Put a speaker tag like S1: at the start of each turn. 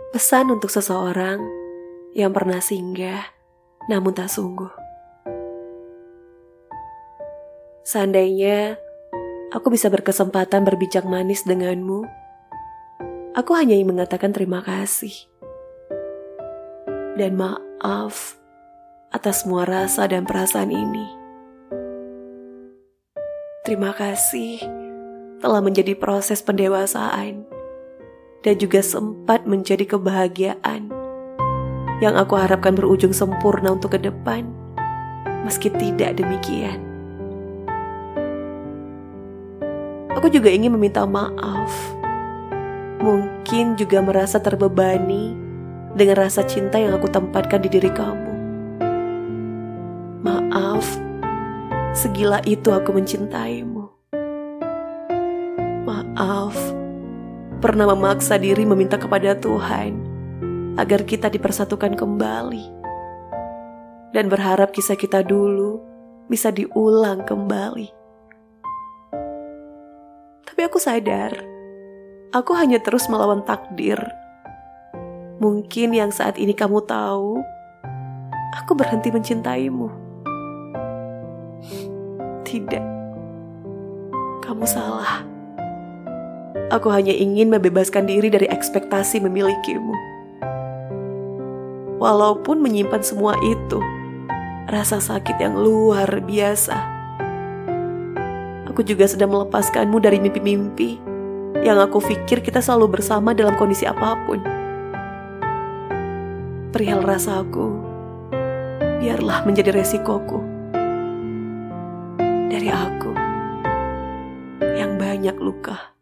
S1: Pesan untuk seseorang yang pernah singgah namun tak sungguh. Seandainya aku bisa berkesempatan berbincang manis denganmu, aku hanya ingin mengatakan terima kasih dan maaf atas semua rasa dan perasaan ini. Terima kasih telah menjadi proses pendewasaan dan juga sempat menjadi kebahagiaan yang aku harapkan berujung sempurna untuk ke depan, meski tidak demikian. Aku juga ingin meminta maaf. Mungkin juga merasa terbebani dengan rasa cinta yang aku tempatkan di diri kamu. Maaf, segila itu aku mencintaimu. Maaf, pernah memaksa diri meminta kepada Tuhan agar kita dipersatukan kembali dan berharap kisah kita dulu bisa diulang kembali. Tapi aku sadar, aku hanya terus melawan takdir. Mungkin yang saat ini kamu tahu, aku berhenti mencintaimu. Tidak, kamu salah. Aku hanya ingin membebaskan diri dari ekspektasi memilikimu. Walaupun menyimpan semua itu, rasa sakit yang luar biasa. Aku juga sedang melepaskanmu dari mimpi-mimpi yang aku pikir kita selalu bersama dalam kondisi apapun. Perihal rasaku, biarlah menjadi resikoku. Dari aku yang banyak luka.